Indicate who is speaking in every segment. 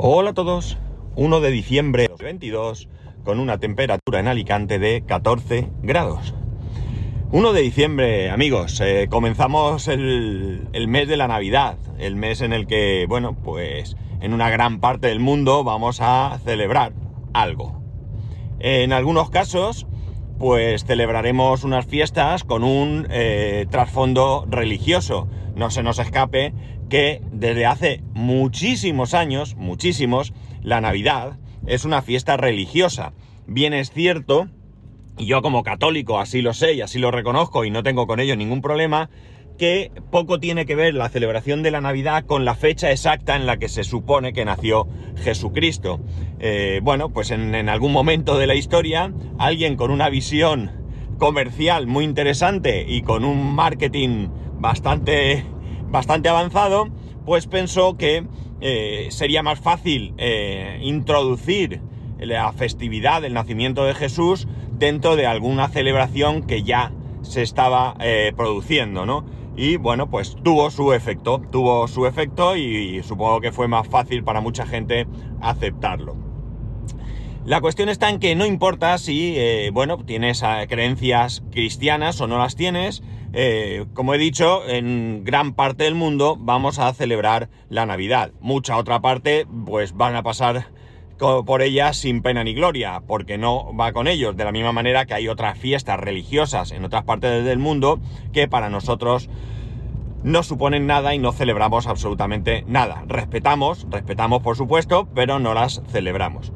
Speaker 1: Hola a todos, 1 de diciembre de 2022 con una temperatura en Alicante de 14 grados. 1 de diciembre, amigos, comenzamos el mes de la Navidad, el mes en el que, bueno, pues en una gran parte del mundo vamos a celebrar algo. En algunos casos, pues celebraremos unas fiestas con un trasfondo religioso. No se nos escape que desde hace muchísimos años, la Navidad es una fiesta religiosa. Bien es cierto, y yo como católico así lo sé y así lo reconozco y no tengo con ello ningún problema, que poco tiene que ver la celebración de la Navidad con la fecha exacta en la que se supone que nació Jesucristo. Bueno, pues en algún momento de la historia, alguien con una visión comercial muy interesante y con un marketing bastante avanzado, pues pensó que sería más fácil introducir la festividad del nacimiento de Jesús dentro de alguna celebración que ya se estaba produciendo, ¿no? Y bueno, pues tuvo su efecto y supongo que fue más fácil para mucha gente aceptarlo. La cuestión está en que no importa si, tienes creencias cristianas o no las tienes. Como he dicho, en gran parte del mundo vamos a celebrar la Navidad. Mucha otra parte, pues van a pasar por ella sin pena ni gloria, porque no va con ellos, de la misma manera que hay otras fiestas religiosas en otras partes del mundo que para nosotros no suponen nada y no celebramos absolutamente nada. Respetamos por supuesto, pero no las celebramos.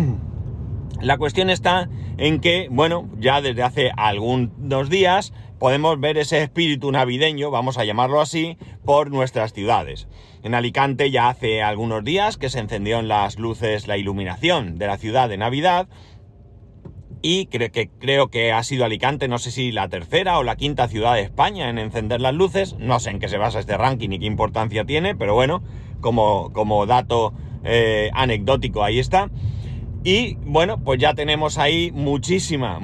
Speaker 1: La cuestión está en que, bueno, ya desde hace algunos días podemos ver ese espíritu navideño, vamos a llamarlo así, por nuestras ciudades. En Alicante ya hace algunos días que se encendió en las luces la iluminación de la ciudad de Navidad y creo que ha sido Alicante, no sé si la tercera o la quinta ciudad de España en encender las luces. No sé en qué se basa este ranking y qué importancia tiene, pero bueno, como dato anecdótico ahí está. Y bueno, pues ya tenemos ahí muchísima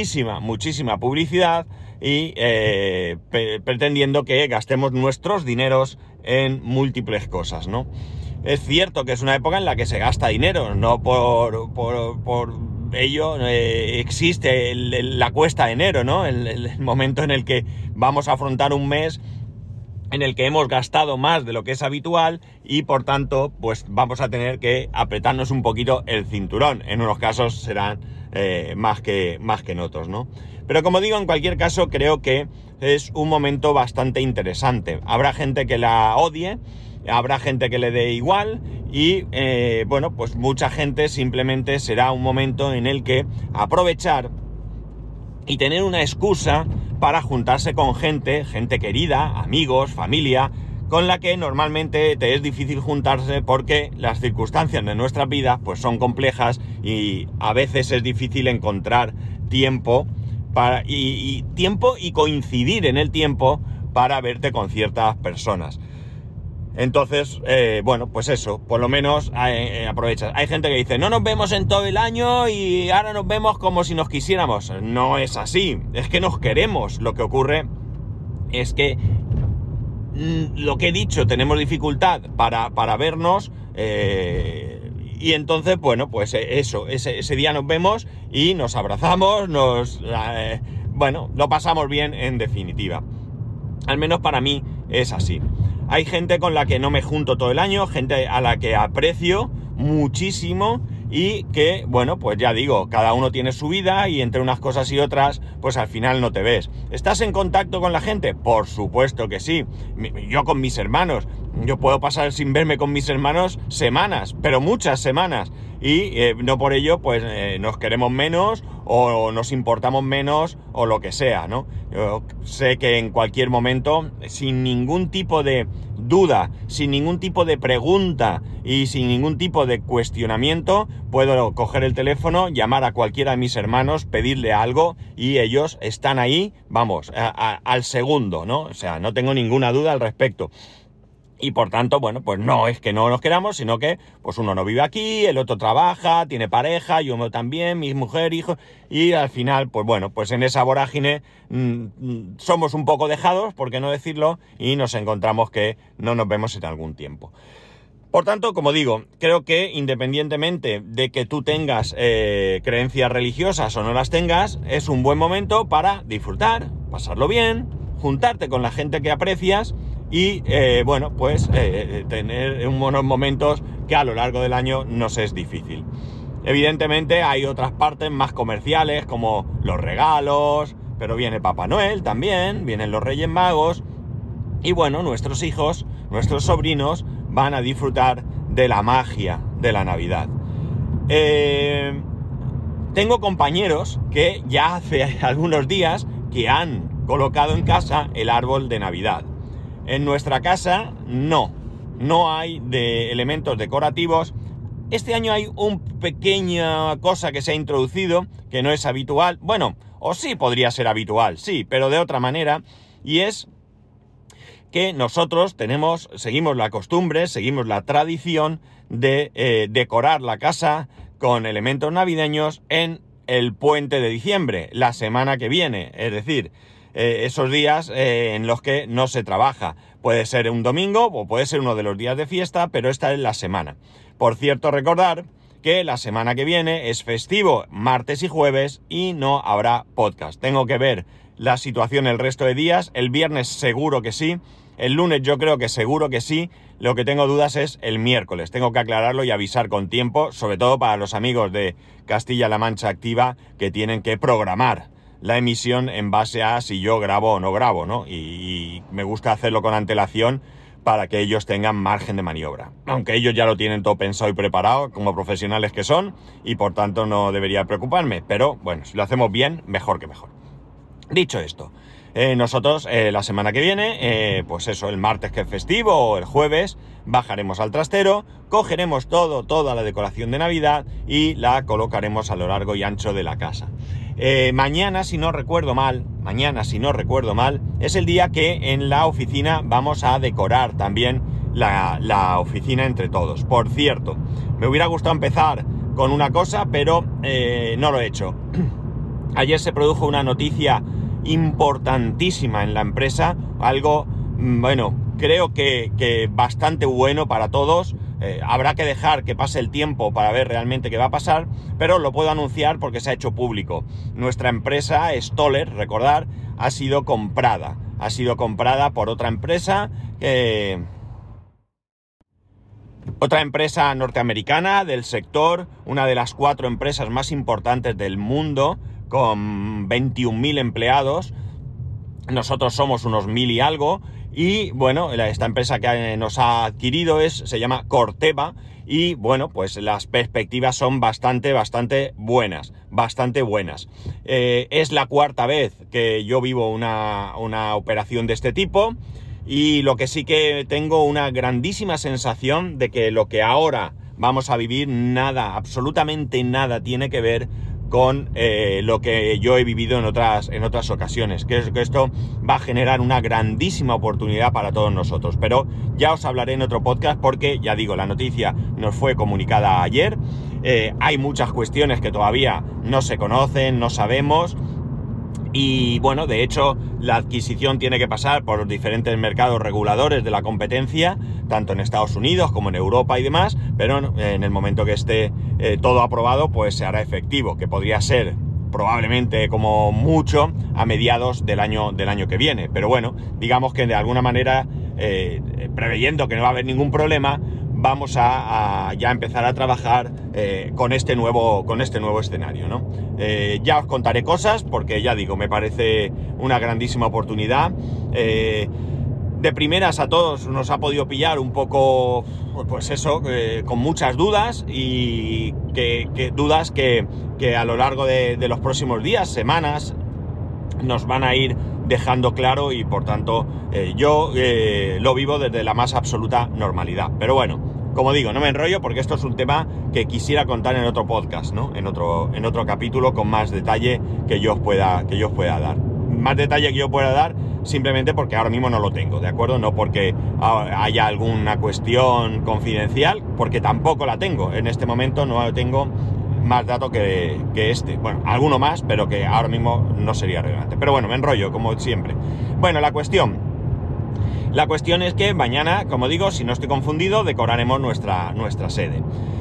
Speaker 1: publicidad y pretendiendo que gastemos nuestros dineros en múltiples cosas, ¿no? Es cierto que es una época en la que se gasta dinero, no por ello existe la cuesta de enero, ¿no? El momento en el que vamos a afrontar un mes en el que hemos gastado más de lo que es habitual y por tanto pues vamos a tener que apretarnos un poquito el cinturón. En unos casos serán más que en otros, ¿no? Pero como digo, en cualquier caso creo que es un momento bastante interesante. Habrá gente que la odie, habrá gente que le dé igual y pues mucha gente simplemente será un momento en el que aprovechar y tener una excusa para juntarse con gente querida, amigos, familia, con la que normalmente te es difícil juntarse porque las circunstancias de nuestras vidas pues son complejas y a veces es difícil encontrar tiempo tiempo y coincidir en el tiempo para verte con ciertas personas. Entonces, pues eso, por lo menos aprovechas. Hay gente que dice, no nos vemos en todo el año y ahora nos vemos como si nos quisiéramos. No es así, es que nos queremos. Lo que ocurre es que, lo que he dicho, tenemos dificultad para vernos y entonces, pues ese día nos vemos y nos abrazamos, lo pasamos bien en definitiva. Al menos para mí es así. Hay gente con la que no me junto todo el año, gente a la que aprecio muchísimo y que, pues ya digo, cada uno tiene su vida y entre unas cosas y otras, pues al final no te ves. ¿Estás en contacto con la gente? Por supuesto que sí. Yo con mis hermanos. Yo puedo pasar sin verme con mis hermanos semanas, pero muchas semanas. Y no por ello, pues nos queremos menos o nos importamos menos o lo que sea, ¿no? Yo sé que en cualquier momento, sin ningún tipo de duda, sin ningún tipo de pregunta y sin ningún tipo de cuestionamiento, puedo coger el teléfono, llamar a cualquiera de mis hermanos, pedirle algo y ellos están ahí, al segundo, ¿no? O sea, no tengo ninguna duda al respecto. Y por tanto, pues no es que no nos queramos, sino que pues uno no vive aquí, el otro trabaja, tiene pareja, yo también, mi mujer, hijos, y al final, pues en esa vorágine somos un poco dejados, por qué no decirlo, y nos encontramos que no nos vemos en algún tiempo. Por tanto, como digo, creo que independientemente de que tú tengas creencias religiosas o no las tengas, es un buen momento para disfrutar, pasarlo bien, juntarte con la gente que aprecias y, tener unos momentos que a lo largo del año nos es difícil. Evidentemente hay otras partes más comerciales como los regalos, pero viene Papá Noel también, vienen los Reyes Magos y bueno, nuestros hijos, nuestros sobrinos van a disfrutar de la magia de la Navidad. Tengo compañeros que ya hace algunos días que han colocado en casa el árbol de Navidad. En nuestra casa no hay de elementos decorativos. Este año hay una pequeña cosa que se ha introducido, que no es habitual. Bueno, o sí podría ser habitual, sí, pero de otra manera, y es que nosotros seguimos la costumbre, seguimos la tradición de decorar la casa con elementos navideños en el puente de diciembre, la semana que viene, es decir, esos días en los que no se trabaja. Puede ser un domingo o puede ser uno de los días de fiesta, pero esta es la semana. Por cierto, recordar que la semana que viene es festivo, martes y jueves, y no habrá podcast. Tengo que ver la situación el resto de días. El viernes seguro que sí. El lunes yo creo que seguro que sí. Lo que tengo dudas es el miércoles. Tengo que aclararlo y avisar con tiempo, sobre todo para los amigos de Castilla-La Mancha Activa que tienen que programar la emisión en base a si yo grabo o no grabo, ¿no? Y me gusta hacerlo con antelación para que ellos tengan margen de maniobra. Aunque ellos ya lo tienen todo pensado y preparado, como profesionales que son, y por tanto no debería preocuparme. Pero bueno, si lo hacemos bien, mejor que mejor. Dicho esto, nosotros la semana que viene, pues eso, el martes que es festivo o el jueves, bajaremos al trastero, cogeremos toda la decoración de Navidad y la colocaremos a lo largo y ancho de la casa. Mañana, si no recuerdo mal, es el día que en la oficina vamos a decorar también la oficina entre todos. Por cierto, me hubiera gustado empezar con una cosa, pero no lo he hecho. Ayer se produjo una noticia importantísima en la empresa, algo, bueno, creo que bastante bueno para todos. Habrá que dejar que pase el tiempo para ver realmente qué va a pasar, pero lo puedo anunciar porque se ha hecho público. Nuestra empresa, Stoller, recordar, ha sido comprada por otra empresa norteamericana del sector, una de las 4 empresas más importantes del mundo, con 21.000 empleados. Nosotros somos unos 1.000 y algo. Y bueno, esta empresa que nos ha adquirido se llama Corteva. Y bueno, pues las perspectivas son bastante buenas. Es la 4ª vez que yo vivo una operación de este tipo. Y lo que sí que tengo una grandísima sensación de que lo que ahora vamos a vivir absolutamente nada tiene que ver con lo que yo he vivido en otras ocasiones. Creo que esto va a generar una grandísima oportunidad para todos nosotros. Pero ya os hablaré en otro podcast porque, ya digo, la noticia nos fue comunicada ayer. Hay muchas cuestiones que todavía no se conocen, no sabemos. Y bueno, de hecho, la adquisición tiene que pasar por los diferentes mercados reguladores de la competencia, tanto en Estados Unidos como en Europa y demás, pero en el momento que esté todo aprobado, pues se hará efectivo, que podría ser probablemente como mucho a mediados del año que viene. Pero bueno, digamos que de alguna manera, preveyendo que no va a haber ningún problema, vamos a ya empezar a trabajar con este nuevo escenario, ¿no? Ya os contaré cosas porque, ya digo, me parece una grandísima oportunidad. De primeras a todos nos ha podido pillar un poco, pues eso, con muchas dudas y dudas que a lo largo de los próximos días, semanas, nos van a ir dejando claro y por tanto yo lo vivo desde la más absoluta normalidad. Pero bueno, como digo, no me enrollo porque esto es un tema que quisiera contar en otro podcast, ¿no? En otro capítulo con más detalle que yo os pueda dar. Más detalle que yo pueda dar simplemente porque ahora mismo no lo tengo, ¿de acuerdo? No porque haya alguna cuestión confidencial, porque tampoco la tengo. En este momento no tengo más datos que este. Bueno, alguno más, pero que ahora mismo no sería relevante. Pero bueno, me enrollo, como siempre. Bueno, la cuestión La cuestión es que mañana, como digo, si no estoy confundido, decoraremos nuestra sede.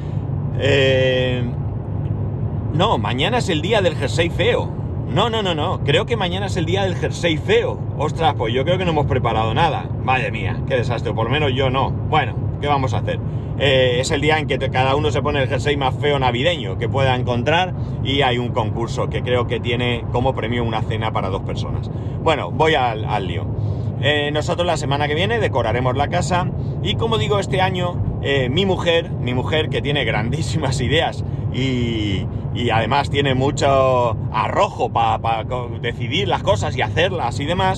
Speaker 1: No, mañana es el día del jersey feo. No, creo que mañana es el día del jersey feo. Ostras, pues yo creo que no hemos preparado nada. Madre mía, qué desastre, por lo menos yo no. Bueno, ¿qué vamos a hacer? Es el día en que cada uno se pone el jersey más feo navideño que pueda encontrar, y hay un concurso que creo que tiene como premio una cena para 2 personas. Bueno, voy al lío. Nosotros la semana que viene decoraremos la casa, y como digo, este año mi mujer que tiene grandísimas ideas y además tiene mucho arrojo para decidir las cosas y hacerlas y demás,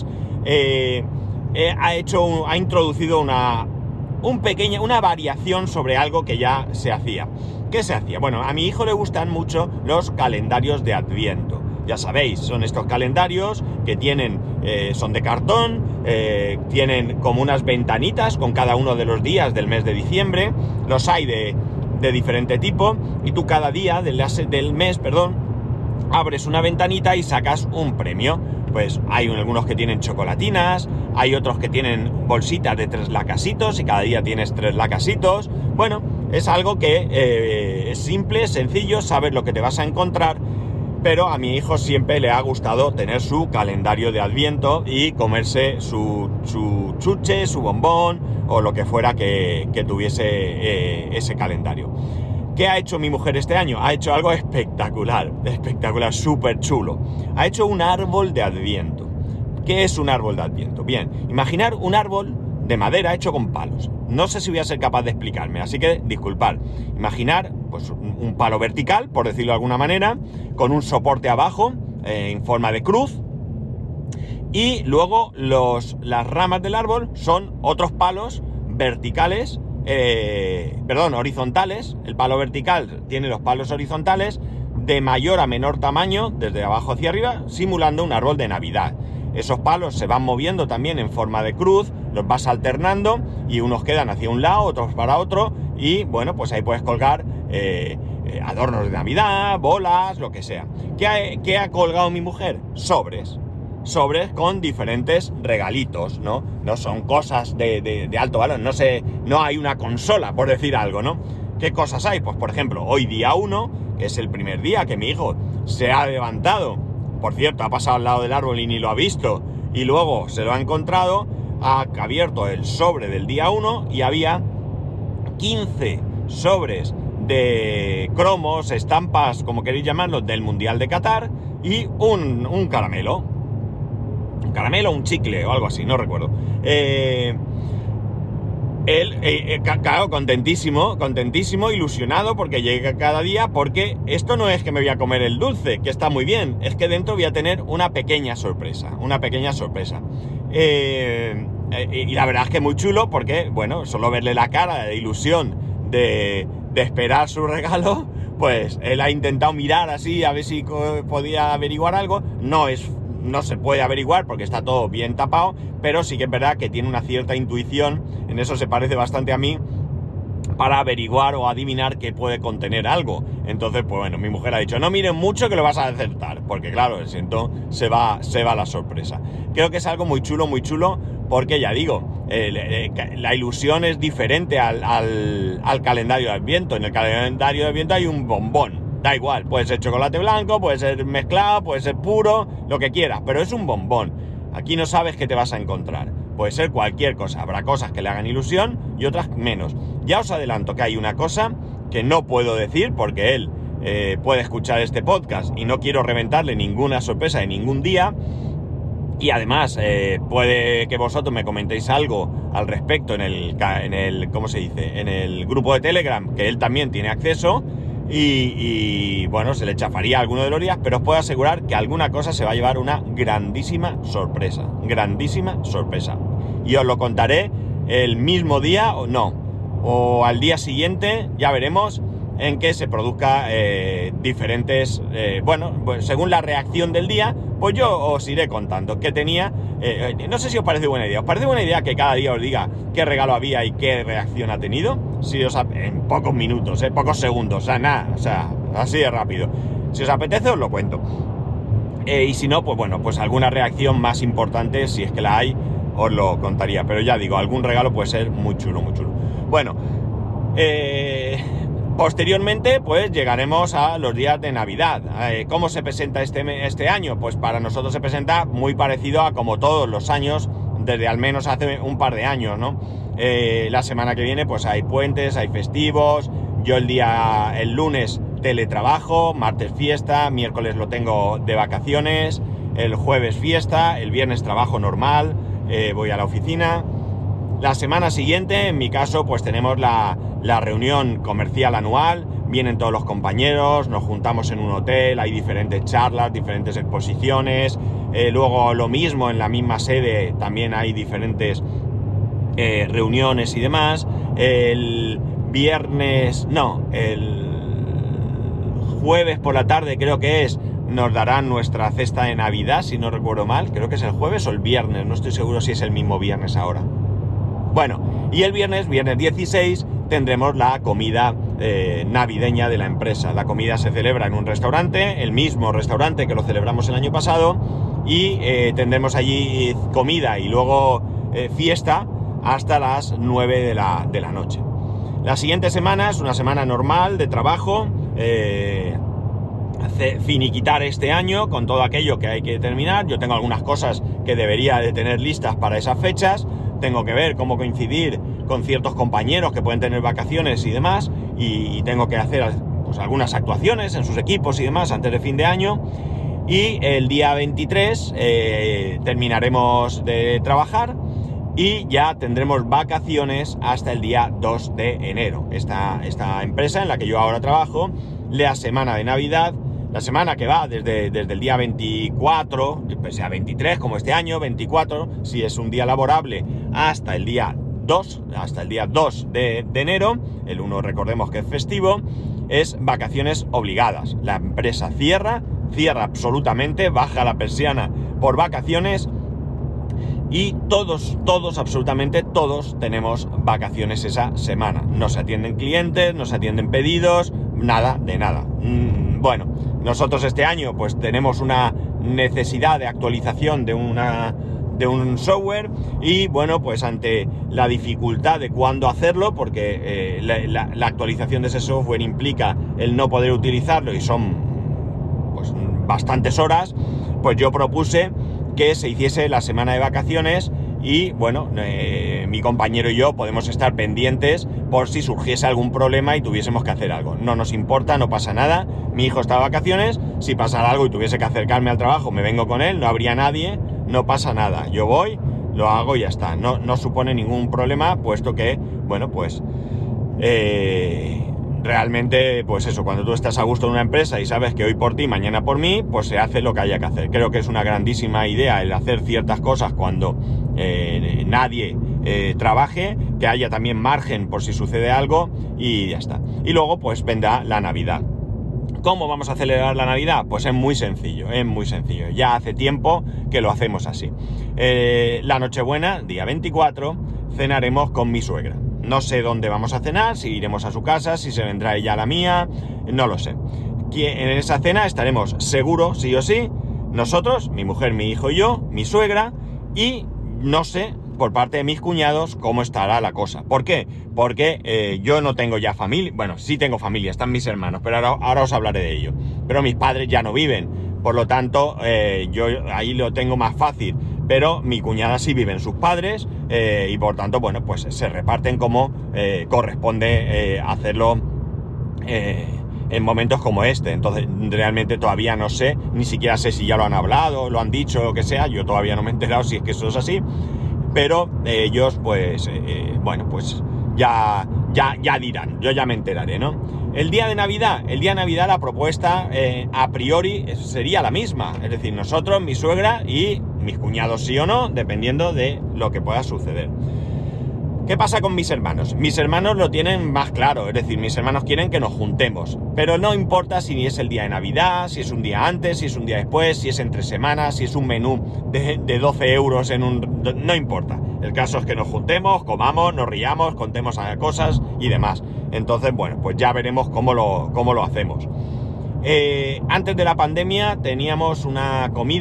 Speaker 1: ha introducido una variación sobre algo que ya se hacía. ¿Qué se hacía? Bueno, a mi hijo le gustan mucho los calendarios de Adviento. Ya sabéis, son estos calendarios que tienen, son de cartón, tienen como unas ventanitas con cada uno de los días del mes de diciembre. Los hay de diferente tipo, y tú cada día del mes, abres una ventanita y sacas un premio. Pues hay algunos que tienen chocolatinas, hay otros que tienen bolsitas de 3 lacasitos y cada día tienes 3 lacasitos. Bueno, es algo que es simple, sencillo, sabes lo que te vas a encontrar, pero a mi hijo siempre le ha gustado tener su calendario de Adviento y comerse su chuche, su bombón o lo que fuera que tuviese ese calendario. ¿Qué ha hecho mi mujer este año? Ha hecho algo espectacular, súper chulo. Ha hecho un árbol de Adviento. ¿Qué es un árbol de Adviento? Bien, imaginar un árbol de madera hecho con palos. No sé si voy a ser capaz de explicarme, así que disculpad. Imaginar pues un palo vertical, por decirlo de alguna manera, con un soporte abajo en forma de cruz, y luego las ramas del árbol son otros palos verticales, horizontales. El palo vertical tiene los palos horizontales de mayor a menor tamaño, desde abajo hacia arriba, simulando un árbol de Navidad. Esos palos se van moviendo también en forma de cruz, los vas alternando y unos quedan hacia un lado, otros para otro, y bueno, pues ahí puedes colgar adornos de Navidad, bolas, lo que sea. ¿Qué ha colgado mi mujer? Sobres con diferentes regalitos, ¿no? No son cosas de alto valor, no hay una consola, por decir algo, ¿no? ¿Qué cosas hay? Pues por ejemplo, hoy día 1, que es el primer día que mi hijo se ha levantado, por cierto, ha pasado al lado del árbol y ni lo ha visto, y luego se lo ha encontrado, ha abierto el sobre del día 1 y había 15 sobres de cromos, estampas, como queréis llamarlos, del Mundial de Qatar, y un caramelo, un chicle o algo así, no recuerdo. Él, claro, contentísimo, ilusionado porque llega cada día, porque esto no es que me voy a comer el dulce, que está muy bien, es que dentro voy a tener una pequeña sorpresa. Y la verdad es que muy chulo, porque, bueno, solo verle la cara de ilusión de esperar su regalo, pues él ha intentado mirar así a ver si podía averiguar algo. No se puede averiguar porque está todo bien tapado, pero sí que es verdad que tiene una cierta intuición, en eso se parece bastante a mí, para averiguar o adivinar qué puede contener algo. Entonces, pues bueno, mi mujer ha dicho, no miren mucho que lo vas a acertar, porque claro, se va la sorpresa. Creo que es algo muy chulo, porque ya digo, la ilusión es diferente al calendario de Adviento. En el calendario de Adviento hay un bombón. Da igual, puede ser chocolate blanco, puede ser mezclado, puede ser puro, lo que quieras, pero es un bombón. Aquí no sabes qué te vas a encontrar. Puede ser cualquier cosa, habrá cosas que le hagan ilusión y otras menos. Ya os adelanto que hay una cosa que no puedo decir porque él puede escuchar este podcast y no quiero reventarle ninguna sorpresa de ningún día. Y además, puede que vosotros me comentéis algo al respecto en el ¿cómo se dice? En el grupo de Telegram, que él también tiene acceso. Y bueno, se le chafaría alguno de los días, pero os puedo asegurar que alguna cosa se va a llevar una grandísima sorpresa. Y os lo contaré el mismo día o no, o al día siguiente, ya veremos en que se produzca diferentes, pues según la reacción del día, pues yo os iré contando qué tenía. No sé si os parece buena idea. ¿Os parece buena idea que cada día os diga qué regalo había y qué reacción ha tenido? En pocos minutos, pocos segundos, así de rápido. Si os apetece os lo cuento. Y si no, pues bueno, pues alguna reacción más importante, si es que la hay, os lo contaría. Pero ya digo, algún regalo puede ser muy chulo, muy chulo. Bueno, posteriormente pues llegaremos a los días de Navidad. ¿Cómo se presenta este año? Pues para nosotros se presenta muy parecido a como todos los años, desde al menos hace un par de años, ¿no? La semana que viene pues hay puentes, hay festivos. Yo el lunes teletrabajo, martes fiesta, miércoles lo tengo de vacaciones, el jueves fiesta, el viernes trabajo normal, voy a la oficina. La semana siguiente, en mi caso, pues tenemos la reunión comercial anual, vienen todos los compañeros, nos juntamos en un hotel, hay diferentes charlas, diferentes exposiciones, luego lo mismo en la misma sede, también hay diferentes reuniones y demás. El jueves por la tarde creo que nos darán nuestra cesta de Navidad, si no recuerdo mal, creo que es el jueves o el viernes, no estoy seguro si es el mismo viernes ahora. Bueno, y el viernes 16, tendremos la comida navideña de la empresa. La comida se celebra en un restaurante, el mismo restaurante que lo celebramos el año pasado, y tendremos allí comida y luego fiesta hasta las 9 de la noche. La siguiente semana es una semana normal de trabajo, finiquitar este año con todo aquello que hay que terminar. Yo tengo algunas cosas que debería de tener listas para esas fechas, tengo que ver cómo coincidir con ciertos compañeros que pueden tener vacaciones y demás, y tengo que hacer pues algunas actuaciones en sus equipos y demás antes de fin de año. Y el día 23 terminaremos de trabajar y ya tendremos vacaciones hasta el día 2 de enero. Esta empresa en la que yo ahora trabajo, la semana de Navidad, la semana que va desde el día 24, sea 23 como este año, 24, si es un día laborable, hasta el día 2 de enero, el 1 recordemos que es festivo, es vacaciones obligadas. La empresa cierra absolutamente, baja la persiana por vacaciones, y todos, absolutamente todos tenemos vacaciones esa semana. No se atienden clientes, no se atienden pedidos, nada de nada. Bueno, nosotros este año pues tenemos una necesidad de actualización de un software, y bueno, pues ante la dificultad de cuándo hacerlo, porque la actualización de ese software implica el no poder utilizarlo y son pues bastantes horas, pues yo propuse que se hiciese la semana de vacaciones, y bueno, mi compañero y yo podemos estar pendientes por si surgiese algún problema y tuviésemos que hacer algo. No nos importa, no pasa nada, mi hijo está de vacaciones, si pasara algo y tuviese que acercarme al trabajo, me vengo con él, no habría nadie, no pasa nada, yo voy, lo hago y ya está, no supone ningún problema, puesto que, bueno, pues realmente, pues eso, cuando tú estás a gusto en una empresa y sabes que hoy por ti, mañana por mí, pues se hace lo que haya que hacer. Creo que es una grandísima idea el hacer ciertas cosas cuando nadie trabaje, que haya también margen por si sucede algo, y ya está. Y luego pues vendrá la Navidad. ¿Cómo vamos a celebrar la Navidad? Pues es muy sencillo. Ya hace tiempo que lo hacemos así. La Nochebuena, día 24, cenaremos con mi suegra. No sé dónde vamos a cenar, si iremos a su casa, si se vendrá ella a la mía, no lo sé. En esa cena estaremos seguros, sí o sí, nosotros, mi mujer, mi hijo y yo, mi suegra, y no sé, por parte de mis cuñados, cómo estará la cosa. ¿Por qué? Porque yo no tengo ya familia, bueno, sí tengo familia, están mis hermanos, pero ahora os hablaré de ello. Pero mis padres ya no viven, por lo tanto, yo ahí lo tengo más fácil. Pero mi cuñada sí viven sus padres, y por tanto, bueno, pues se reparten como corresponde hacerlo en momentos como este. Entonces, realmente todavía no sé, ni siquiera sé si ya lo han hablado, lo han dicho, lo que sea. Yo todavía no me he enterado si es que eso es así. Pero ellos, pues, bueno, pues ya dirán, yo ya me enteraré, ¿no? El día de Navidad la propuesta a priori sería la misma. Es decir, nosotros, mi suegra y mis cuñados sí o no, dependiendo de lo que pueda suceder. ¿Qué pasa con mis hermanos? Mis hermanos lo tienen más claro, es decir, mis hermanos quieren que nos juntemos, pero no importa si es el día de Navidad, si es un día antes, si es un día después, si es entre semanas, si es un menú de 12 euros no importa. El caso es que nos juntemos, comamos, nos riamos, contemos cosas y demás. Entonces, bueno, pues ya veremos cómo lo hacemos. Antes de la pandemia teníamos una comida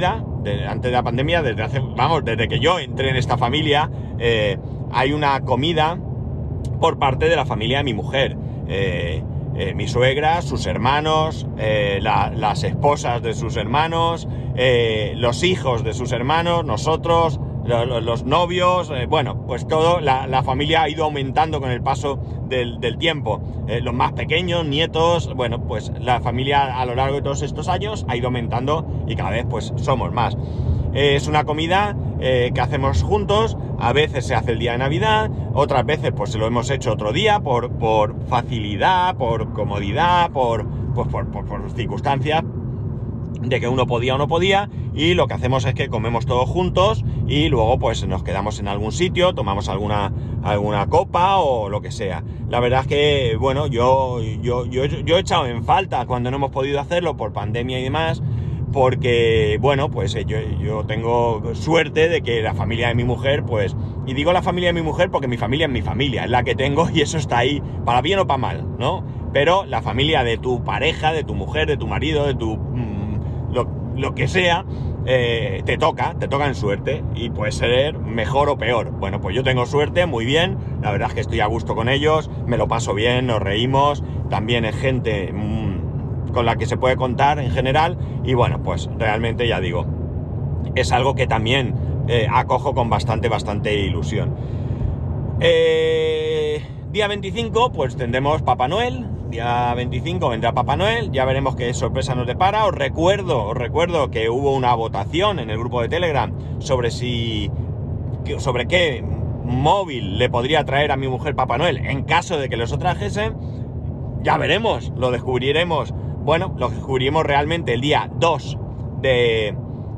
Speaker 1: antes de la pandemia, desde que yo entré en esta familia, hay una comida por parte de la familia de mi mujer. Mi suegra, sus hermanos, las esposas de sus hermanos, los hijos de sus hermanos, nosotros, los novios, bueno, pues todo, la familia ha ido aumentando con el paso del tiempo. Los más pequeños, nietos, bueno, pues la familia a lo largo de todos estos años ha ido aumentando y cada vez pues somos más. Es una comida que hacemos juntos, a veces se hace el día de Navidad, otras veces pues se lo hemos hecho otro día por facilidad, por comodidad, por circunstancias de que uno podía o no podía, y lo que hacemos es que comemos todos juntos y luego pues nos quedamos en algún sitio, tomamos alguna copa o lo que sea. La verdad es que, bueno, yo he echado en falta cuando no hemos podido hacerlo por pandemia y demás, porque, bueno, pues yo tengo suerte de que la familia de mi mujer, pues, y digo la familia de mi mujer porque mi familia es mi familia, es la que tengo y eso está ahí, para bien o para mal, ¿no? Pero la familia de tu pareja, de tu mujer, de tu marido, de tu... lo que sea, te toca en suerte y puede ser mejor o peor. Bueno, pues yo tengo suerte, muy bien, la verdad es que estoy a gusto con ellos, me lo paso bien, nos reímos, también es gente con la que se puede contar en general y bueno, pues realmente ya digo, es algo que también acojo con bastante ilusión. Día 25 pues tendremos Papá Noel. Día 25 vendrá Papá Noel, ya veremos qué sorpresa nos depara. Os recuerdo que hubo una votación en el grupo de Telegram sobre qué móvil le podría traer a mi mujer Papá Noel en caso de que los trajese. Ya veremos, lo descubriremos. Bueno, lo descubrimos realmente el día 2 de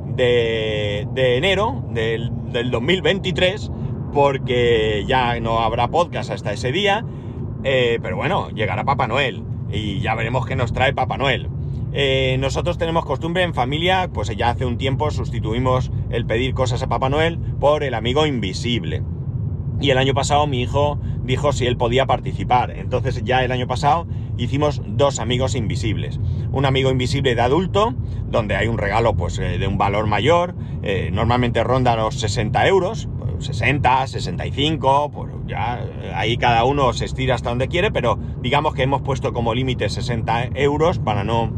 Speaker 1: enero del 2023, porque ya no habrá podcast hasta ese día. Pero bueno, llegará Papá Noel y ya veremos qué nos trae Papá Noel. Nosotros tenemos costumbre en familia, pues ya hace un tiempo sustituimos el pedir cosas a Papá Noel por el amigo invisible. Y el año pasado mi hijo dijo si él podía participar. Entonces ya el año pasado hicimos 2 amigos invisibles. Un amigo invisible de adulto, donde hay un regalo pues de un valor mayor, normalmente ronda los 60 euros, 60, 65, pues ya ahí cada uno se estira hasta donde quiere, pero digamos que hemos puesto como límite 60 euros para no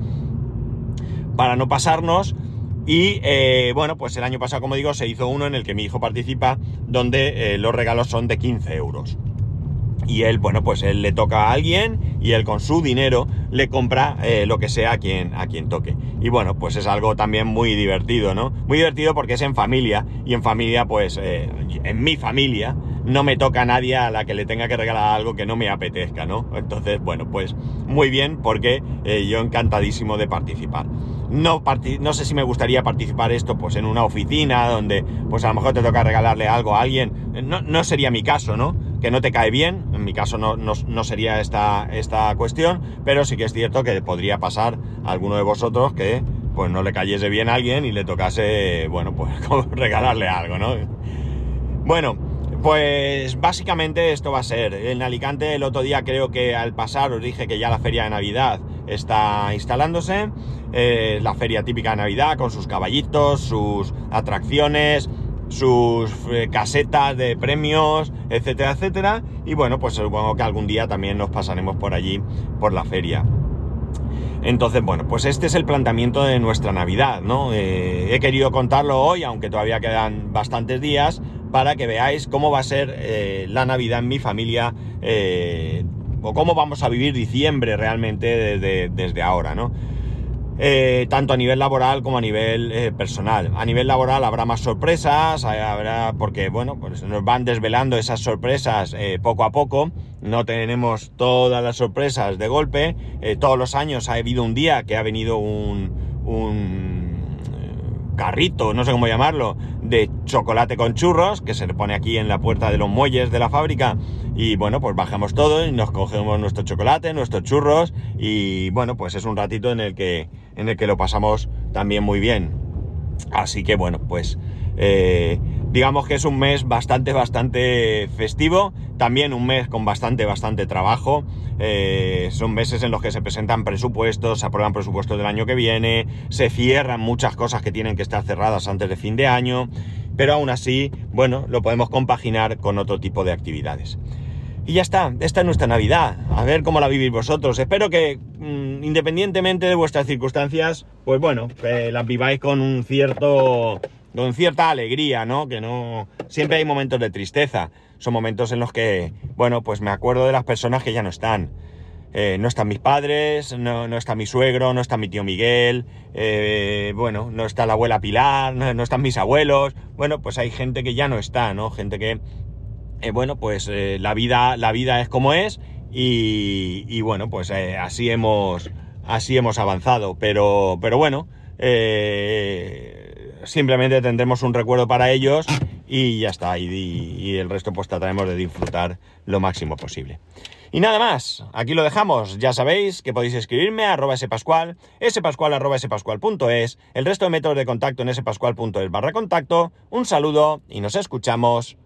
Speaker 1: pasarnos. Y bueno, pues el año pasado, como digo, se hizo uno en el que mi hijo participa, donde los regalos son de 15 euros. Y él, bueno, pues él le toca a alguien y él con su dinero le compra lo que sea a quien toque. Y bueno, pues es algo también muy divertido, ¿no? Muy divertido porque es en familia, y en familia, pues en mi familia no me toca a nadie a la que le tenga que regalar algo que no me apetezca, ¿no? Entonces, bueno, pues muy bien, porque yo encantadísimo de participar. No sé si me gustaría participar esto pues en una oficina donde pues a lo mejor te toca regalarle algo a alguien. No sería mi caso, ¿no? Que no te cae bien, en mi caso no sería esta cuestión, pero sí que es cierto que podría pasar a alguno de vosotros que pues no le cayese bien a alguien y le tocase, bueno, pues regalarle algo, ¿no? Bueno, pues básicamente esto va a ser. En Alicante el otro día, creo que al pasar os dije que ya la feria de Navidad está instalándose, la feria típica de Navidad con sus caballitos, sus atracciones, sus casetas de premios, etcétera, etcétera. Y bueno, pues supongo que algún día también nos pasaremos por allí, por la feria. Entonces, bueno, pues este es el planteamiento de nuestra Navidad, ¿no? He querido contarlo hoy, aunque todavía quedan bastantes días, para que veáis cómo va a ser la Navidad en mi familia, o cómo vamos a vivir diciembre realmente desde ahora, ¿no? Tanto a nivel laboral como a nivel personal. A nivel laboral habrá más sorpresas, porque bueno, pues nos van desvelando esas sorpresas poco a poco. No tenemos todas las sorpresas de golpe. Todos los años ha habido un día que ha venido un carrito, no sé cómo llamarlo, de chocolate con churros, que se le pone aquí en la puerta de los muelles de la fábrica, y bueno, pues bajamos todo y nos cogemos nuestro chocolate, nuestros churros, y bueno, pues es un ratito en el que lo pasamos también muy bien. Así que bueno, pues digamos que es un mes bastante festivo, también un mes con bastante trabajo. Son meses en los que se presentan presupuestos, se aprueban presupuestos del año que viene, se cierran muchas cosas que tienen que estar cerradas antes de fin de año, pero aún así, bueno, lo podemos compaginar con otro tipo de actividades. Y ya está, esta es nuestra Navidad, a ver cómo la vivís vosotros. Espero que, independientemente de vuestras circunstancias, pues bueno, que las viváis con cierta alegría, ¿no? Que no... Siempre hay momentos de tristeza, son momentos en los que, bueno, pues me acuerdo de las personas que ya no están. No están mis padres, no está mi suegro, no está mi tío Miguel, bueno, no está la abuela Pilar, no están mis abuelos. Bueno, pues hay gente que ya no está, ¿no? Gente que... bueno, pues la vida es como es y bueno, pues así hemos avanzado, pero bueno, simplemente tendremos un recuerdo para ellos y ya está, y el resto pues trataremos de disfrutar lo máximo posible. Y nada más, aquí lo dejamos. Ya sabéis que podéis escribirme a @spascual, spascual@spascual.es, el resto de métodos de contacto en spascual.es/contacto. Un saludo y nos escuchamos